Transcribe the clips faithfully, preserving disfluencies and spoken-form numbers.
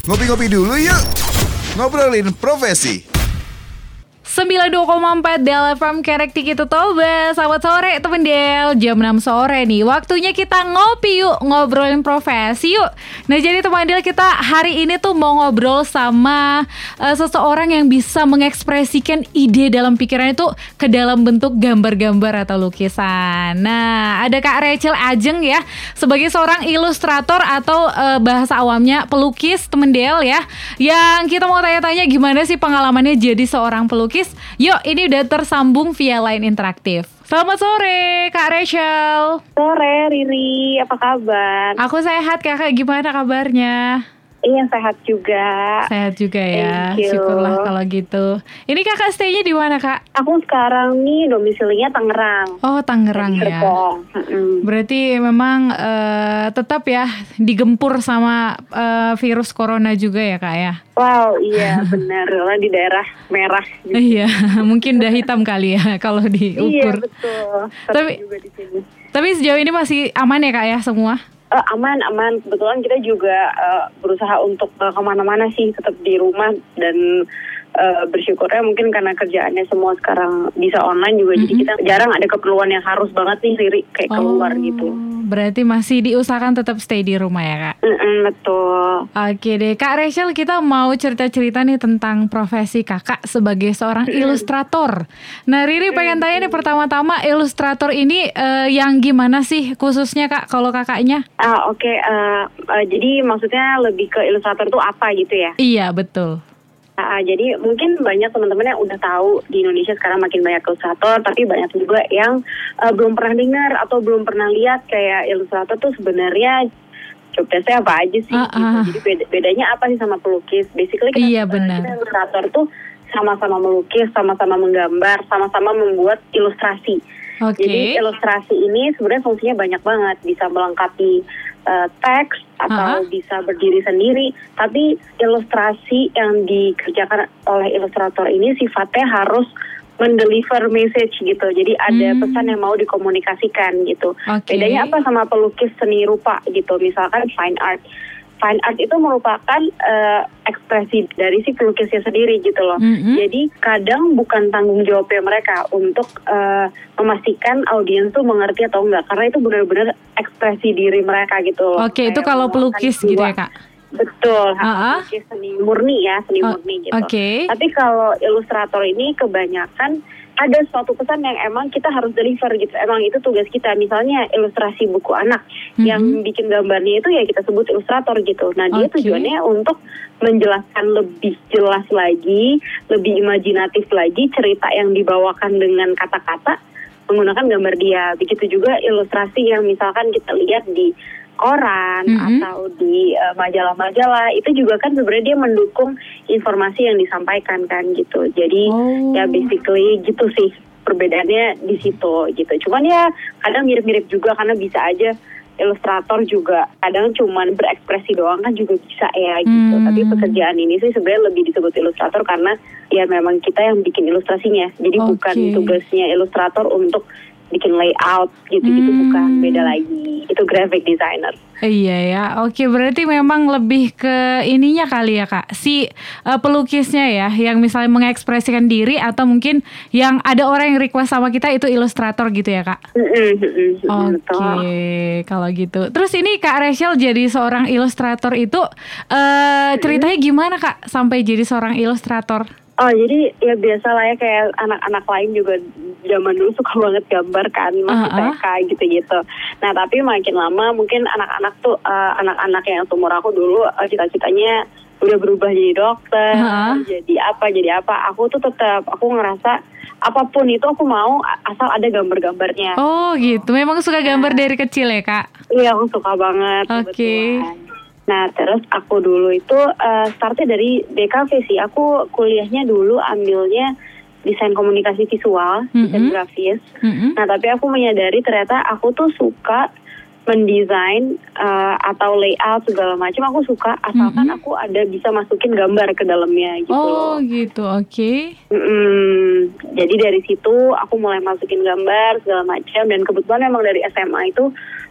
Ngopi-ngopi dulu yuk. Ngobrolin profesi. sembilan puluh dua koma empat Del F M Kerek Tiki Toba. Selamat sore temen Del. Jam enam sore nih. Waktunya kita ngopi yuk. Ngobrolin profesi yuk. Nah jadi teman Del, kita hari ini tuh mau ngobrol sama uh, seseorang yang bisa mengekspresikan ide dalam pikirannya tuh ke dalam bentuk gambar-gambar atau lukisan. Nah ada Kak Rachel Ajeng ya, sebagai seorang ilustrator atau uh, bahasa awamnya pelukis temen Del ya. Yang kita mau tanya-tanya gimana sih pengalamannya jadi seorang pelukis. Yuk, ini udah tersambung via line interaktif. Selamat sore, Kak Rachel. Sore, Riri. Apa kabar? Aku sehat, Kakak. Gimana kabarnya? Iya, sehat juga. Sehat juga ya. Thank you. Syukurlah kalau gitu. Ini Kakak stay-nya di mana, Kak? Aku sekarang nih domisilinya Tangerang. Oh, Tangerang ya. Mm-mm. Berarti memang uh, tetap ya digempur sama uh, virus corona juga ya, Kak ya? Wow, iya benar. Karena di daerah merah gitu. Iya, mungkin udah hitam kali ya kalau diukur. Iya, betul. Tapi juga di sini. Tapi sejauh ini masih aman ya, Kak ya semua? Uh, aman, aman. Kebetulan kita juga uh, berusaha untuk uh, kemana-mana sih, tetap di rumah dan uh, bersyukurnya mungkin karena kerjaannya semua sekarang bisa online juga, mm-hmm. jadi kita jarang ada keperluan yang harus banget nih Riri kayak keluar oh, gitu. Berarti masih diusahakan tetap stay di rumah ya, Kak? Mm-mm, betul. Oke deh, Kak Rachel, kita mau cerita-cerita nih tentang profesi Kakak sebagai seorang mm. ilustrator. Nah Riri pengen tanya nih pertama-tama, ilustrator ini uh, yang gimana sih khususnya Kak kalau kakaknya? Ah oke, okay. uh, uh, jadi maksudnya lebih ke ilustrator tuh apa gitu ya? Iya betul. Uh, jadi mungkin banyak teman-teman yang udah tahu di Indonesia sekarang makin banyak ilustrator, tapi banyak juga yang uh, belum pernah dengar atau belum pernah lihat kayak ilustrator tuh sebenarnya job desk-nya apa aja sih uh, uh. gitu. Jadi beda, bedanya apa sih sama pelukis? Basically kita, iya, benar. kita ilustrator tuh sama-sama melukis, sama-sama menggambar, sama-sama membuat ilustrasi. Okay. Jadi ilustrasi ini sebenarnya fungsinya banyak banget, bisa melengkapi uh, teks atau uh-huh. bisa berdiri sendiri. Tapi ilustrasi yang dikerjakan oleh ilustrator ini sifatnya harus mendeliver message gitu. Jadi ada hmm. pesan yang mau dikomunikasikan gitu. Okay. Bedanya apa sama pelukis seni rupa gitu, misalkan fine art. Fine art itu merupakan uh, ekspresi dari si pelukisnya sendiri gitu loh. Mm-hmm. Jadi kadang bukan tanggung jawabnya mereka untuk uh, memastikan audiens tuh mengerti atau enggak, karena itu benar-benar ekspresi diri mereka gitu loh. Oke, okay, itu kalau pelukis jiwa. Gitu ya Kak? Betul, uh-huh. pelukis seni murni ya, seni uh, murni gitu. Okay. Tapi kalau ilustrator ini kebanyakan ada suatu pesan yang emang kita harus deliver gitu. Emang itu tugas kita. Misalnya ilustrasi buku anak, mm-hmm. yang bikin gambarnya itu ya kita sebut ilustrator gitu. Nah dia okay. tujuannya untuk menjelaskan lebih jelas lagi, lebih imajinatif lagi cerita yang dibawakan dengan kata-kata menggunakan gambar dia. Begitu juga ilustrasi yang misalkan kita lihat di koran mm-hmm. atau di uh, majalah-majalah, itu juga kan sebenarnya dia mendukung informasi yang disampaikan kan gitu. Jadi oh. ya basically gitu sih perbedaannya di situ gitu. Cuman ya kadang mirip-mirip juga karena bisa aja ilustrator juga kadang cuman berekspresi doang kan juga bisa ya gitu. Hmm. Tapi pekerjaan ini sih sebenarnya lebih disebut ilustrator karena ya memang kita yang bikin ilustrasinya. Jadi okay. bukan tugasnya ilustrator untuk bikin layout gitu-gitu, hmm. bukan, beda lagi. Itu graphic designer. Iya ya, oke, berarti memang lebih ke ininya kali ya Kak, si uh, pelukisnya ya, yang misalnya mengekspresikan diri atau mungkin yang ada orang yang request sama kita itu ilustrator gitu ya Kak? Mm-hmm. Oke, okay, kalau gitu. Terus ini Kak Rachel jadi seorang ilustrator itu uh, ceritanya gimana Kak sampai jadi seorang ilustrator? Oh jadi ya biasa lah ya kayak anak-anak lain juga zaman dulu suka banget gambar kan, masih uh-uh. T K gitu-gitu. Nah tapi makin lama mungkin anak-anak tuh uh, anak-anak yang seumur aku dulu uh, cita-citanya udah berubah jadi dokter, uh-huh. jadi apa jadi apa. Aku tuh tetap aku ngerasa apapun itu aku mau asal ada gambar-gambarnya. Oh gitu, memang suka gambar nah. dari kecil ya Kak? Iya aku suka banget. Oke. Okay. Nah terus aku dulu itu uh, startnya dari D K V sih. Aku kuliahnya dulu ambilnya desain komunikasi visual, mm-hmm. desain grafis. Mm-hmm. Nah tapi aku menyadari ternyata aku tuh suka mendesain uh, atau layout segala macam. Aku suka asalkan mm-hmm. aku ada bisa masukin gambar ke dalamnya gitu. Oh gitu, oke. Okay. Jadi dari situ aku mulai masukin gambar segala macam. Dan kebetulan memang dari S M A itu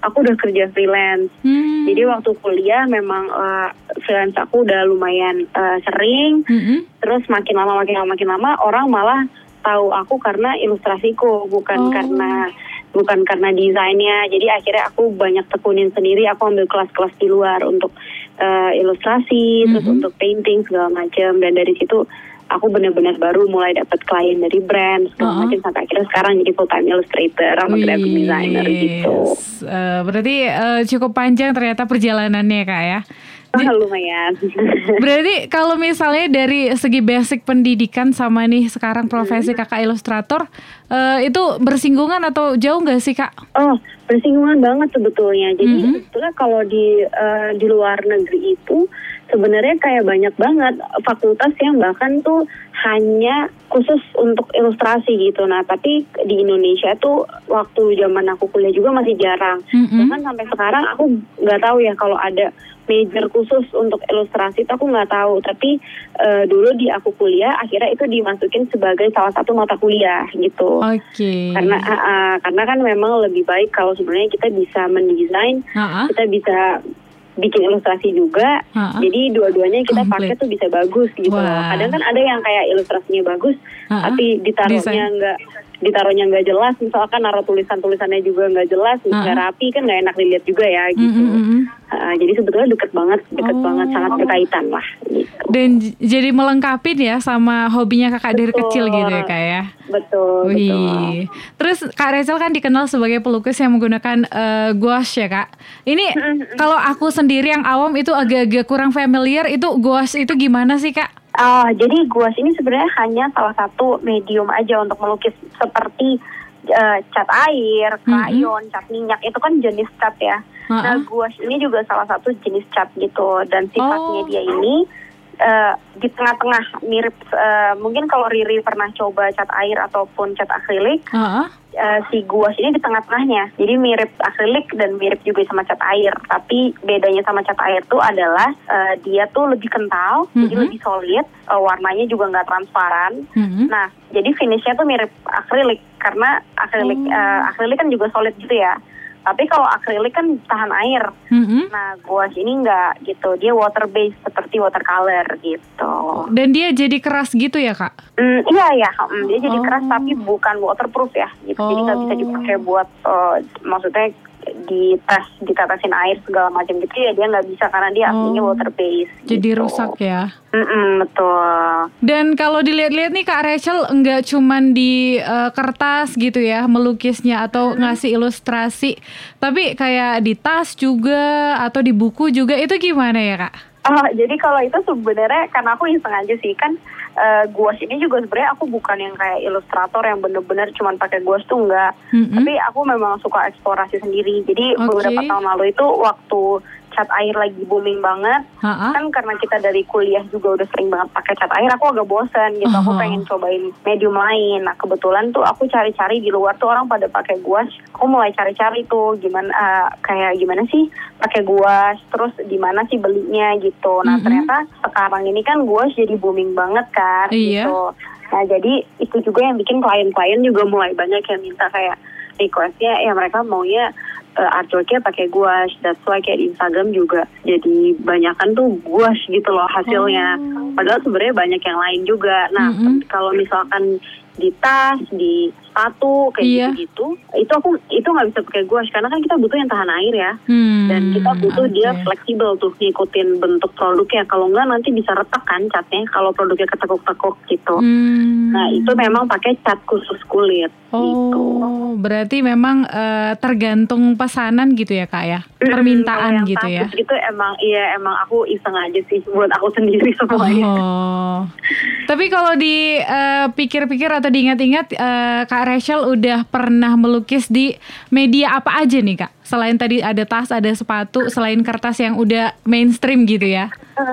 aku udah kerja freelance. Hmm. Jadi waktu kuliah memang uh, freelance aku udah lumayan uh, sering. Mm-mm. Terus makin lama makin lama makin lama orang malah tahu aku karena ilustrasiku, bukan Oh. karena bukan karena desainnya. Jadi akhirnya aku banyak tekunin sendiri. Aku ambil kelas-kelas di luar untuk uh, ilustrasi, terus Mhm. untuk painting segala macam. Dan dari situ aku benar-benar baru mulai dapat klien dari brand segala Uh-uh. macam sampai akhirnya sekarang jadi full time illustrator sama graphic designer gitu. Wis. Eh, berarti eh, cukup panjang ternyata perjalanannya Kak ya. Di- Ah, lumayan. Berarti kalau misalnya dari segi basic pendidikan sama nih sekarang profesi kakak ilustrator, eh, itu bersinggungan atau jauh nggak sih Kak? Oh, bersinggungan banget sebetulnya. Jadi Mhm. sebetulnya kalau di eh, di luar negeri itu sebenarnya kayak banyak banget fakultas yang bahkan tuh hanya khusus untuk ilustrasi gitu. Nah, tapi di Indonesia tuh waktu zaman aku kuliah juga masih jarang. Mhm. Bahkan sampai sekarang aku nggak tahu ya kalau ada major khusus untuk ilustrasi itu aku nggak tahu. Tapi eh, dulu di aku kuliah akhirnya itu dimasukin sebagai salah satu mata kuliah gitu. Oke. Karena ah, ah, karena kan memang lebih baik kalau sebenarnya kita bisa mendesain, Ha-ha. kita bisa bikin ilustrasi juga. Ha-ha. Jadi dua-duanya kita Komplit. pakai tuh bisa bagus gitu. Wah. Kadang kan ada yang kayak ilustrasinya bagus, Ha-ha. tapi ditaruhnya Desain. nggak ditaruhnya nggak jelas. Misalkan naruh tulisan-tulisannya juga nggak jelas, nggak Ha-ha. rapi kan nggak enak dilihat juga ya gitu. Mm-mm-mm. Ah, jadi sebetulnya deket banget, deket Oh. banget, sangat berkaitan lah. Gitu. Dan j- jadi melengkapi ya sama hobinya kakak dari Betul. kecil gitu ya Kak ya. Betul, betul. Wih. Terus Kak Rachel kan dikenal sebagai pelukis yang menggunakan eh, gouache ya Kak. Ini kalau aku sendiri yang awam itu agak-agak kurang familiar, itu gouache itu gimana sih Kak? Ah, jadi gouache ini sebenarnya hanya salah satu medium aja untuk melukis seperti eh, cat air, krayon, cat minyak itu kan jenis cat ya. Nah, Ha-ha. gouache ini juga salah satu jenis cat gitu dan sifatnya Oh. dia ini eh, di tengah-tengah mirip. eh, mungkin kalau Riri pernah coba cat air ataupun cat akrilik, Heeh. eh, si gouache ini di tengah-tengahnya. Jadi mirip akrilik dan mirip juga sama cat air. Tapi bedanya sama cat air tuh adalah eh, dia tuh lebih kental, jadi Mhm. lebih solid, eh, warnanya juga nggak transparan. Mhm. Nah, jadi finishnya tuh mirip akrilik karena akrilik Oh. eh, akrilik kan juga solid gitu ya. Tapi kalau akrilik kan tahan air. Mhm. Nah, gouache ini enggak gitu. Dia water based seperti watercolor gitu. Dan dia jadi keras gitu ya Kak? Hmm, iya ya, hmm, dia jadi Oh. keras tapi bukan waterproof ya. Gitu. Jadi nggak bisa Oh. dipakai buat, eh, maksudnya di tes, ditetesin air segala macam gitu ya. Dia nggak bisa karena dia aslinya Oh. water based. Jadi gitu. rusak ya. Mm-mm, betul. Dan kalau dilihat-lihat nih Kak Rachel nggak cuman di eh, kertas gitu ya melukisnya atau ngasih ilustrasi, tapi kayak di tas juga atau di buku juga, itu gimana ya Kak? Oh, jadi kalau itu sebenarnya karena aku iseng aja sih kan. Uh, gouache ini juga sebenarnya aku bukan yang kayak ilustrator yang bener-bener cuman pakai gouache tuh enggak. Mm-mm. Tapi aku memang suka eksplorasi sendiri. Jadi Oke. beberapa tahun lalu itu waktu cat air lagi booming banget, Ha-ha. kan karena kita dari kuliah juga udah sering banget pakai cat air, aku agak bosan gitu. Aku Oh. pengen cobain medium lain. Nah, kebetulan tuh aku cari-cari di luar tuh orang pada pakai gouache. Aku mulai cari-cari tuh gimana uh, kayak gimana sih pakai gouache, terus di mana sih belinya gitu. Nah, Mm-mm. ternyata sekarang ini kan gouache jadi booming banget kan Iya. gitu. Nah, jadi itu juga yang bikin klien-klien juga mulai banyak yang minta kayak requestnya ya mereka maunya uh, artworknya pakai gouache. That's why kayak di Instagram juga jadi banyakan tuh gouache gitu loh hasilnya. Oh. Padahal sebenarnya banyak yang lain juga. Nah, Mm-mm. kalau misalkan di tas, di sepatu kayak Iya. gitu-gitu, itu aku itu nggak bisa pakai gouache karena kan kita butuh yang tahan air ya. Hmm, Dan kita butuh dia oke. fleksibel tuh ngikutin bentuk produknya. Kalau enggak nanti bisa retak kan catnya kalau produknya ketekuk-tekuk gitu. Hmm. Nah, itu memang pakai cat khusus kulit gitu. Oh, berarti memang eh, tergantung pesanan gitu ya Kak ya? Permintaan Kalau yang gitu ya? tas gitu emang iya emang aku iseng aja sih buat aku sendiri semuanya. Oh. Tapi kalau dipikir-pikir atau diingat-ingat, eh, Kak Rachel udah pernah melukis di media apa aja nih Kak? Selain tadi ada tas, ada sepatu, selain kertas yang udah mainstream gitu ya?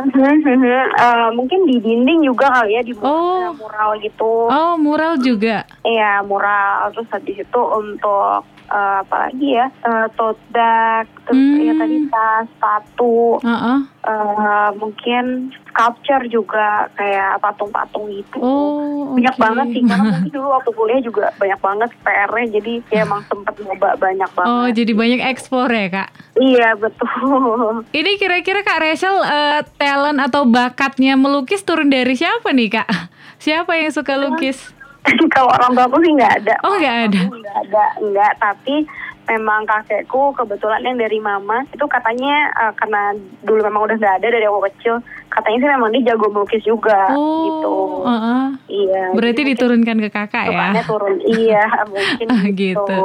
Eh, mungkin di dinding juga kali ya, di Oh. mural gitu. Oh, mural juga? Iya, mural. Terus habis itu untuk uh, apalagi ya uh, tote bag, terus Hmm. ya tadi tas, sepatu, Uh-uh. uh, mungkin sculpture juga kayak patung-patung gitu. Oh, Banyak oke. banget sih, karena mungkin dulu waktu kuliah juga banyak banget P R-nya, jadi ya emang sempet nyoba banyak banget. Oh, jadi banyak ekspor ya, Kak? Iya, betul. Ini kira-kira Kak Rachel eh, talent atau bakatnya melukis turun dari siapa nih, Kak? Siapa yang suka lukis? Kalau orang tua aku sih nggak ada. Oh, nggak ada. Aku nggak ada, nggak. Tapi memang kakekku kebetulan yang dari mama itu katanya uh, karena dulu memang udah nggak ada dari aku kecil, katanya sih memang dia jago melukis juga Oh, gitu. uh-uh. Iya. Berarti jadi diturunkan ke kakak ya? mungkin turun. Iya, mungkin Ah, gitu. gitu.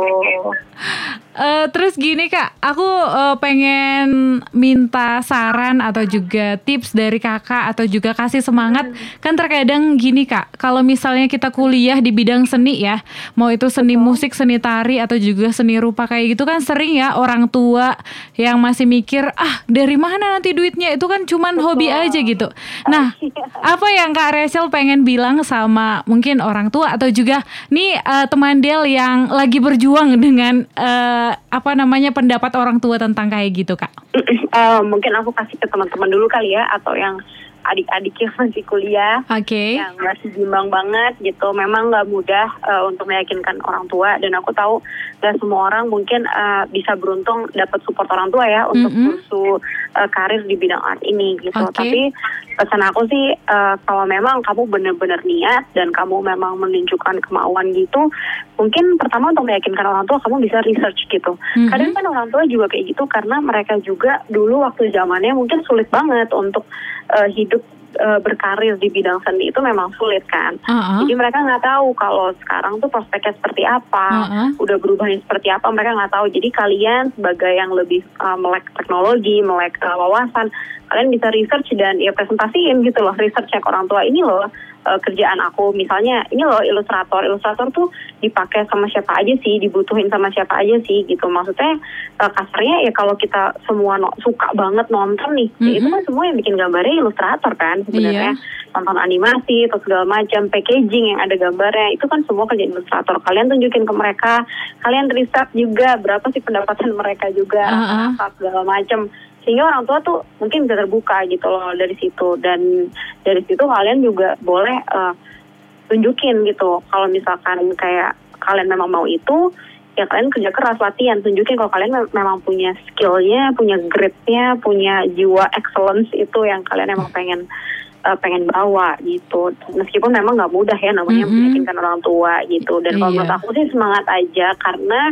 Eh, terus gini Kak, aku eh, pengen minta saran atau juga tips dari kakak atau juga kasih semangat. Kan terkadang gini Kak, kalau misalnya kita kuliah di bidang seni ya, mau itu seni musik, seni tari atau juga seni rupa kayak gitu kan sering ya orang tua yang masih mikir, ah dari mana nanti duitnya, itu kan cuman hobi aja gitu. Nah, apa yang Kak Rachel pengen bilang sama mungkin orang tua atau juga nih eh, teman Del yang lagi berjuang dengan eh, apa namanya pendapat orang tua tentang kayak gitu Kak? Eh, mungkin aku kasih ke teman-teman dulu kali ya, atau yang adik-adik yang masih kuliah, Oke. yang masih bimbang banget gitu. Memang nggak mudah uh, untuk meyakinkan orang tua, dan aku tahu nggak semua orang mungkin uh, bisa beruntung dapat support orang tua ya untuk Mm-mm. kursu uh, karir di bidang art ini gitu. Oke. Tapi pesan aku sih uh, kalau memang kamu benar-benar niat dan kamu memang menunjukkan kemauan gitu, mungkin pertama untuk meyakinkan orang tua kamu bisa research gitu. Mhm. Kadang kan orang tua juga kayak gitu karena mereka juga dulu waktu zamannya mungkin sulit banget untuk uh, hidup uh, berkarir di bidang seni, itu memang sulit kan. Uh-uh. Jadi mereka nggak tahu kalau sekarang tuh prospeknya seperti apa, Uh-uh. udah berubahnya seperti apa, mereka nggak tahu. Jadi kalian sebagai yang lebih uh, melek teknologi, melek uh, wawasan, kalian bisa research dan ya presentasiin gitu loh, research cek orang tua, ini loh uh, kerjaan aku, misalnya ini loh ilustrator, ilustrator tuh dipakai sama siapa aja sih, dibutuhin sama siapa aja sih gitu. Maksudnya uh, kasarnya ya kalau kita semua no, suka banget nonton nih, ya itu kan semua yang bikin gambarnya ilustrator kan sebenarnya. Nonton animasi atau segala macam, packaging yang ada gambarnya, itu kan semua kerja ilustrator. Kalian tunjukin ke mereka, kalian riset juga berapa sih pendapatan mereka juga, Uh-uh. apa segala macam. Sehingga orang tua tuh mungkin bisa terbuka gitu loh dari situ. Dan dari situ kalian juga boleh uh, tunjukin gitu. Kalau misalkan kayak kalian memang mau itu, ya kalian kerja keras, latihan, tunjukin kalau kalian me- memang punya skillnya, punya gritnya, punya jiwa excellence itu yang kalian emang pengen uh, pengen bawa gitu. Meskipun memang nggak mudah ya namanya Mhm. meyakinkan orang tua gitu. Dan kalau Iya. menurut aku sih semangat aja, karena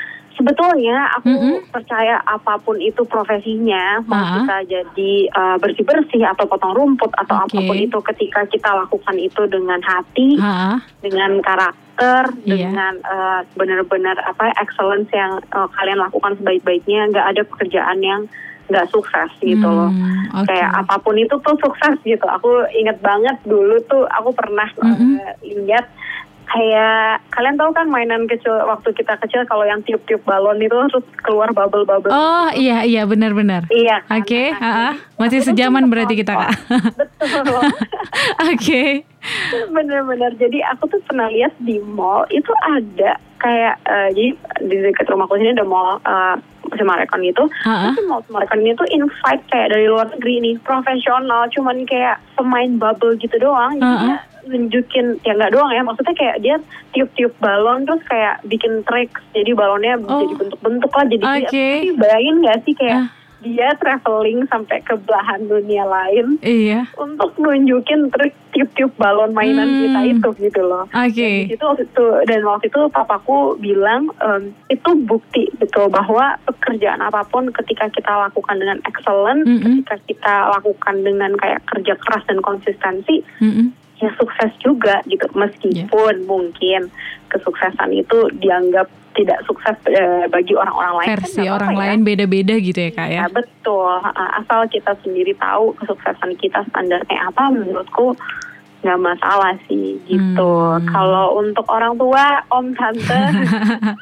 sebetulnya aku Mm-mm. percaya apapun itu profesinya, mau Ah. kita jadi uh, bersih-bersih atau potong rumput atau Oke. apapun itu, ketika kita lakukan itu dengan hati, Ha-ha. dengan karakter, Iya. dengan uh, benar-benar apa excellence yang uh, kalian lakukan sebaik-baiknya, nggak ada pekerjaan yang nggak sukses gitu loh. Hmm, oke. Kayak apapun itu tuh sukses gitu. Aku inget banget dulu tuh aku pernah Mm-mm. uh, lihat kayak, kalian tahu kan mainan kecil waktu kita kecil, kalau yang tiup-tiup balon itu terus keluar bubble-bubble. Oh iya iya benar-benar. Iya kan? Oke, Nah, ha-ha. jadi Masih aku tuh sejaman sempet berarti kita, Kak. nonton. Betul. Oke. Bener-bener. Jadi aku tuh pernah lihat di mall itu ada kayak uh, jadi di dekat rumahku sini ada mall uh, Semarekon gitu. Ha-ha. Terus mall Semarekon ini tuh invite kayak dari luar negeri nih, profesional, cuman kayak pemain bubble gitu doang. Jadi Ha-ha. dia nunjukin, ya nggak doang ya, maksudnya kayak dia tiup-tiup balon terus kayak bikin tricks, jadi balonnya Oh. jadi bentuk-bentuk lah, jadi Oke. tapi bayangin nggak sih kayak Ah. dia traveling sampai ke belahan dunia lain Iya. untuk nunjukin trik tiup-tiup balon mainan Hmm. kita itu gitu loh. Oke. Dan itu waktu itu dan waktu itu papaku bilang em, itu bukti gitu bahwa pekerjaan apapun ketika kita lakukan dengan excellent, Mm-mm. ketika kita lakukan dengan kayak kerja keras dan konsistensi, Mm-mm. ya sukses juga gitu. Meskipun mungkin kesuksesan itu dianggap tidak sukses eh, bagi orang-orang lain, kan Versi nggak orang apa-apa ya. lain beda-beda gitu ya Kak ya. Ya betul, Uh, asal kita sendiri tahu kesuksesan kita standarnya apa, menurutku nggak masalah sih gitu. Hmm. Kalau untuk orang tua, om tante,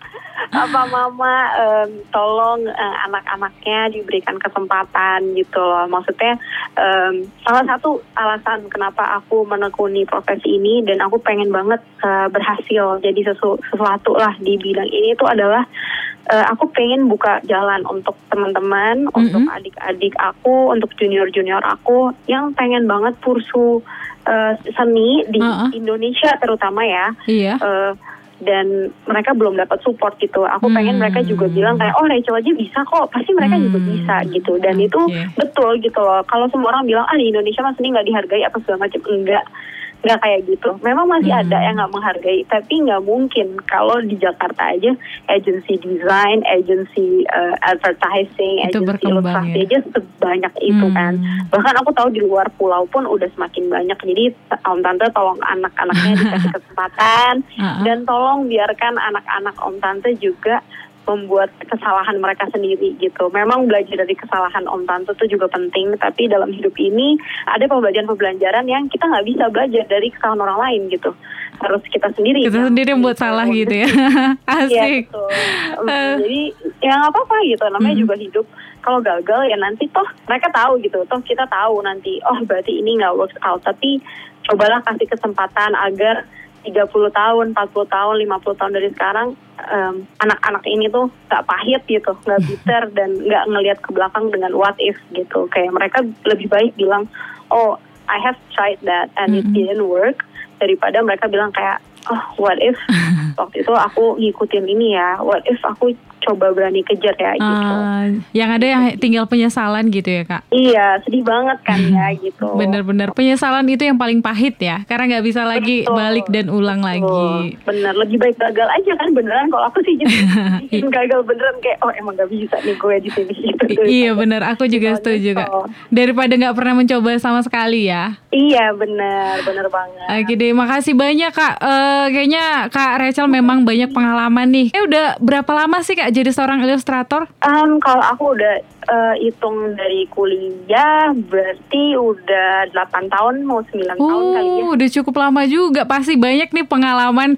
Papa Mama um, tolong uh, anak-anaknya diberikan kesempatan gitu loh. Maksudnya um, salah satu alasan kenapa aku menekuni profesi ini dan aku pengen banget uh, berhasil jadi sesu- sesuatu lah di bidang ini itu adalah uh, aku pengen buka jalan untuk teman-teman, mm-hmm. untuk adik-adik aku, untuk junior-junior aku yang pengen banget pursu uh, seni di uh-uh. Indonesia terutama ya. Iya. Uh, dan mereka belum dapat support gitu. Aku pengen hmm. mereka juga bilang kayak, oh Rachel aja bisa kok, pasti mereka hmm. juga bisa gitu. Dan okay. itu betul gitu loh. Kalau semua orang bilang, ah di Indonesia mas ini nggak dihargai apa segala macam, enggak. Nggak kayak gitu. Memang masih hmm. ada yang nggak menghargai, tapi nggak mungkin kalau di Jakarta aja agency design, agency uh, advertising, itu agency ilustrasi ya? Aja sebanyak itu hmm. kan. Bahkan aku tahu di luar pulau pun udah semakin banyak. Jadi Om Tante tolong anak-anaknya dikasih kesempatan dan tolong biarkan anak-anak Om Tante juga membuat kesalahan mereka sendiri gitu. Memang belajar dari kesalahan Om Tante itu juga penting, tapi dalam hidup ini ada pembelajaran-pembelajaran yang kita nggak bisa belajar dari kesalahan orang lain gitu. Harus kita sendiri. Kita ya. sendiri yang buat salah gitu ya. Asik. Ya, betul. Uh. Jadi ya nggak apa-apa gitu. Namanya mm-hmm. juga hidup. Kalau gagal ya nanti toh mereka tahu gitu. Toh kita tahu nanti. Oh berarti ini nggak works out. Tapi cobalah kasih kesempatan agar tiga puluh tahun, empat puluh tahun, lima puluh tahun dari sekarang um, anak-anak ini tuh gak pahit gitu, gak bitter dan gak ngelihat ke belakang dengan what if gitu. Kayak mereka lebih baik bilang, oh I have tried that and mm-hmm. it didn't work, daripada mereka bilang kayak, oh what if waktu itu aku ngikutin ini ya, what if aku coba berani kejar ya gitu. Uh, yang ada yang tinggal penyesalan gitu ya Kak? Iya, sedih banget kan ya gitu. Bener-bener, penyesalan itu yang paling pahit ya, karena gak bisa lagi betul, balik dan ulang betul. lagi. Bener, lebih baik gagal aja kan beneran kalau aku sih gitu. Bikin gagal beneran kayak, oh emang gak bisa nih gue di sini gitu. Iya bener, aku juga setuju Kak. Daripada gak pernah mencoba sama sekali ya. Iya bener, bener banget. Oke deh, makasih banyak Kak. Uh, kayaknya Kak Rachel memang banyak pengalaman nih. Eh udah berapa lama sih Kak jadi seorang ilustrator? Um, kalau aku udah uh, hitung dari kuliah, berarti udah delapan tahun mau sembilan uh, tahun kali ya. Udah cukup lama juga. Pasti banyak nih pengalaman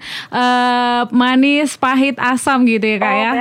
uh, manis, pahit, asam gitu ya Kak oh, ya.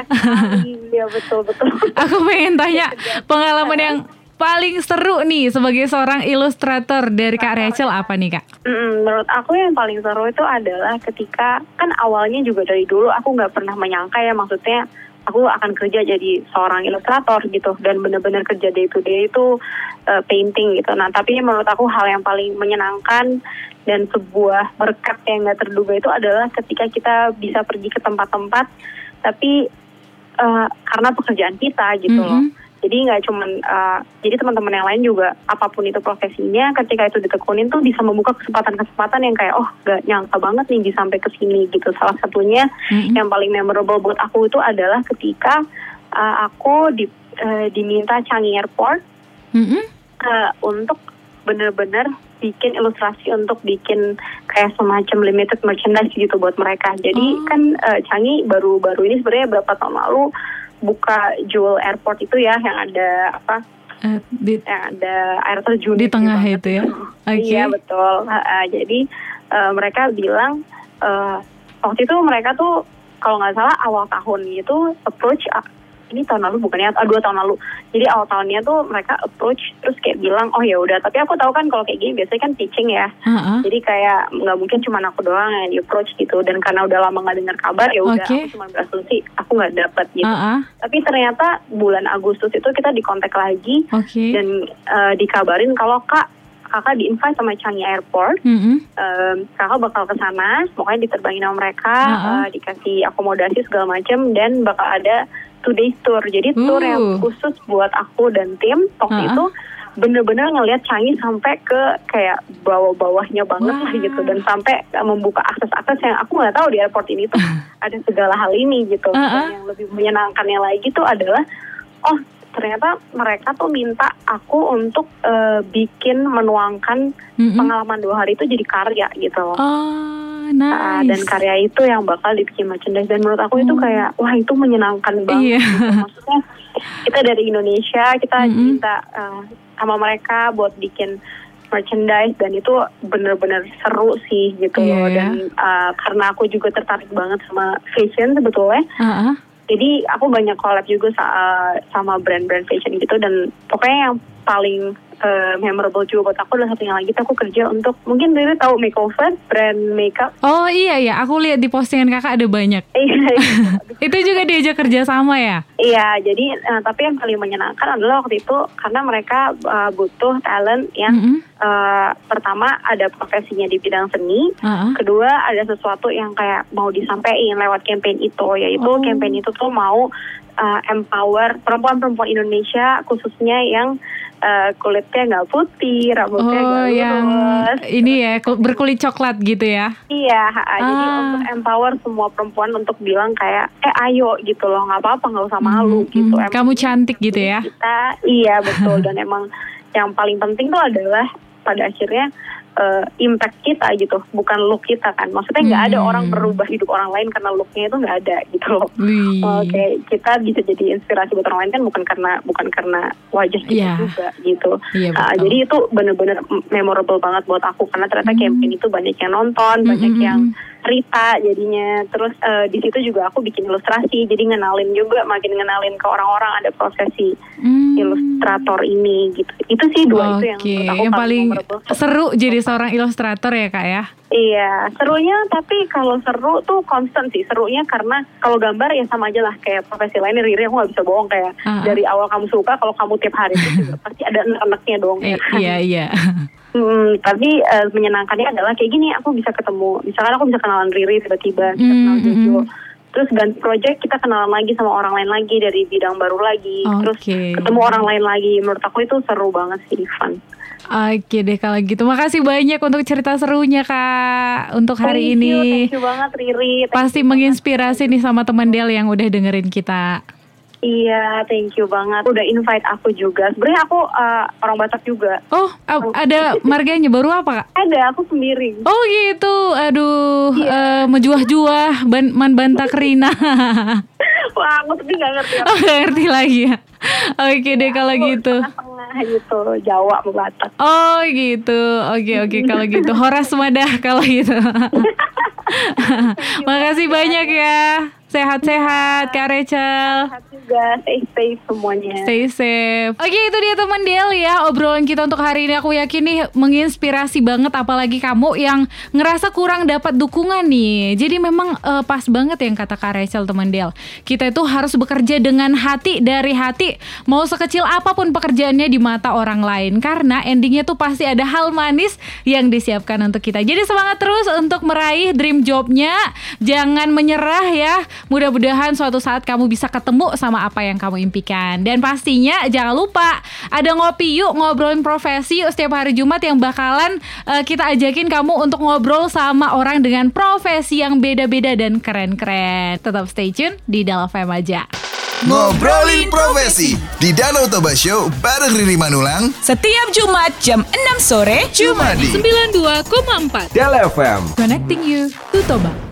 Iya betul-betul. Aku pengen tanya pengalaman yang paling seru nih sebagai seorang ilustrator dari Kak Rachel apa nih Kak? Mm, menurut aku yang paling seru itu adalah ketika kan awalnya juga dari dulu aku nggak pernah menyangka ya, maksudnya aku akan kerja jadi seorang ilustrator gitu dan benar-benar kerja day to day itu uh, painting gitu. Nah tapi menurut aku hal yang paling menyenangkan dan sebuah berkat yang nggak terduga itu adalah ketika kita bisa pergi ke tempat-tempat tapi uh, karena pekerjaan kita gitu mm-hmm. loh. Jadi nggak cuman, uh, jadi teman-teman yang lain juga apapun itu profesinya, ketika itu ditekunin tuh bisa membuka kesempatan-kesempatan yang kayak oh nggak nyangka banget nih bisa sampai ke sini gitu. Salah satunya mm-hmm. yang paling memorable buat aku itu adalah ketika uh, aku di, uh, diminta Changi Airport mm-hmm. uh, untuk benar-benar bikin ilustrasi untuk bikin kayak semacam limited merchandise gitu buat mereka. Jadi oh. kan uh, Changi baru-baru ini sebenarnya berapa tahun lalu buka Jewel Airport itu ya yang ada apa uh, di, yang ada air terjun di tengah gitu itu ya. Okay. Iya betul. Uh, uh, jadi uh, mereka bilang uh, waktu itu mereka tuh kalau nggak salah awal tahun itu approach uh, ini tahun lalu bukannya uh, dua tahun lalu. Jadi awal tahunnya tuh mereka approach terus kayak bilang oh ya udah, tapi aku tahu kan kalau kayak gini biasanya kan pitching ya. Uh-huh. Jadi kayak nggak mungkin cuma aku doang yang di approach gitu, dan karena udah lama nggak dengar kabar ya udah okay. aku cuma berasumsi aku nggak dapet gitu. Uh-huh. Tapi ternyata bulan Agustus itu kita dikontak lagi okay. dan uh, dikabarin kalau kak kakak di-invite sama Changi Airport, mm-hmm. um, kakak bakal ke sana, pokoknya diterbangin sama mereka, uh-huh. uh, dikasih akomodasi segala macam dan bakal ada two days tour. Jadi uh. tour yang khusus buat aku dan tim waktu uh-huh. itu bener-bener ngelihat Changi sampai ke kayak bawah-bawahnya banget wow. lah gitu, dan sampai membuka akses-akses yang aku nggak tahu di airport ini tuh ada segala hal ini gitu. Uh-huh. Dan yang lebih menyenangkannya lagi tuh adalah oh ternyata mereka tuh minta aku untuk uh, bikin menuangkan mm-hmm. pengalaman dua hari itu jadi karya gitu loh. Oh, nice. Uh, dan karya itu yang bakal dibikin merchandise, dan menurut aku oh. itu kayak wah itu menyenangkan banget. Iya. Gitu. Maksudnya kita dari Indonesia kita mm-hmm. minta uh, sama mereka buat bikin merchandise, dan itu bener-bener seru sih gitu yeah. loh. Dan uh, karena aku juga tertarik banget sama fashion sebetulnya. Uh-huh. Jadi aku banyak collab juga sa- sama brand-brand fashion gitu, dan pokoknya yang paling uh, memorable juga buat aku adalah satunya lagi tuh aku kerja untuk, mungkin Riri tahu makeover, brand makeup. Oh iya ya, aku lihat di postingan kakak ada banyak. Iya, Itu juga diajak kerja sama ya? Iya, jadi uh, tapi yang paling menyenangkan adalah waktu itu karena mereka uh, butuh talent yang Mm-hmm. uh, pertama ada profesinya di bidang seni, Uh-huh. kedua ada sesuatu yang kayak mau disampaikan lewat campaign itu, yaitu Oh. campaign itu tuh mau uh, empower perempuan-perempuan Indonesia khususnya yang uh, kulitnya nggak putih, rambutnya Oh, nggak yang lurus. ini ya, kul- berkulit coklat gitu ya? Iya, ha, ha. Jadi Ah. untuk empower semua perempuan untuk bilang kayak, eh ayo gitu loh, nggak apa-apa, nggak usah malu Hmm, gitu. hmm. Kamu cantik gitu ya? Kita, iya betul. Dan emang yang paling penting tuh adalah pada akhirnya uh, impact kita gitu, bukan look kita kan. Maksudnya nggak ada Hmm. orang berubah hidup orang lain karena looknya itu nggak ada gitu loh. Wih. Oke, kita bisa jadi inspirasi buat orang lain kan bukan karena bukan karena wajah kita Iya. juga gitu. Iya, Ah, betul. jadi itu benar-benar memorable banget buat aku karena ternyata Hmm. campaign itu banyak yang nonton, Hmm, banyak hmm, yang hmm. cerita jadinya. Terus eh, di situ juga aku bikin ilustrasi, jadi ngenalin juga, makin ngenalin ke orang-orang ada prosesi Hmm. ilustrator ini gitu. Itu sih dua itu yang Oke, menurut aku yang paling memorable. seru jadi seorang ilustrator ya kak ya? Iya, serunya tapi kalau seru tuh constant sih. Serunya karena kalau gambar ya sama aja lah kayak profesi lainnya. Riri, aku gak bisa bohong kayak Ah. dari awal kamu suka, kalau kamu tiap hari itu juga pasti ada anak-anaknya dong. Eh, ya kan? iya iya. Hmm, tapi eh, menyenangkannya adalah kayak gini, aku bisa ketemu, misalkan aku bisa kenalan Riri tiba-tiba, bisa kenal Hmm, Jojo, hmm. terus ganti project kita kenalan lagi sama orang lain lagi dari bidang baru lagi, terus Oke. ketemu orang lain lagi. Menurut aku itu seru banget sih, fun. Oke deh kalau gitu. Makasih banyak untuk cerita serunya kak untuk hari Thank ini. you, thank you banget Riri. Thank Pasti you menginspirasi nih sama teman Del yang udah dengerin kita. Iya, thank you banget. Udah invite aku juga. Sebenarnya aku uh, orang Batak juga. Oh, a- ada marganya baru apa kak? Ada, aku sendiri. Oh gitu, aduh, Iya. eh, menjuah-juah, ban man bantak Rina. Wah, aku tapi gak ngerti. Oh, gak ngerti lagi ya. Oke deh kalau Aku gitu. Tengah-tengah gitu, Jawa sama Batak. Oh gitu, oke oke kalau gitu. Horas Madah kalau gitu. Makasih banyak ya. Sehat-sehat Kak Rachel. Sehat juga, stay safe semuanya. Stay safe. Oke itu dia teman Del ya, obrolan kita untuk hari ini. Aku yakin nih menginspirasi banget, apalagi kamu yang ngerasa kurang dapat dukungan nih. Jadi memang eh, pas banget yang kata Kak Rachel teman Del. Kita itu harus bekerja dengan hati, dari hati. Mau sekecil apapun pekerjaannya di mata orang lain, karena endingnya tuh pasti ada hal manis yang disiapkan untuk kita. Jadi semangat terus untuk meraih dream jobnya. Jangan menyerah ya. Mudah-mudahan suatu saat kamu bisa ketemu sama apa yang kamu impikan. Dan pastinya jangan lupa ada Ngopi Yuk, ngobrolin profesi yuk setiap hari Jumat yang bakalan uh, kita ajakin kamu untuk ngobrol sama orang dengan profesi yang beda-beda dan keren-keren. Tetap stay tune di Dal F M aja. Ngobrolin profesi di Danau Toba Show bareng Riri Manulang. Setiap Jumat jam enam sore Cuma di sembilan puluh dua koma empat Del F M. Connecting you to Toba.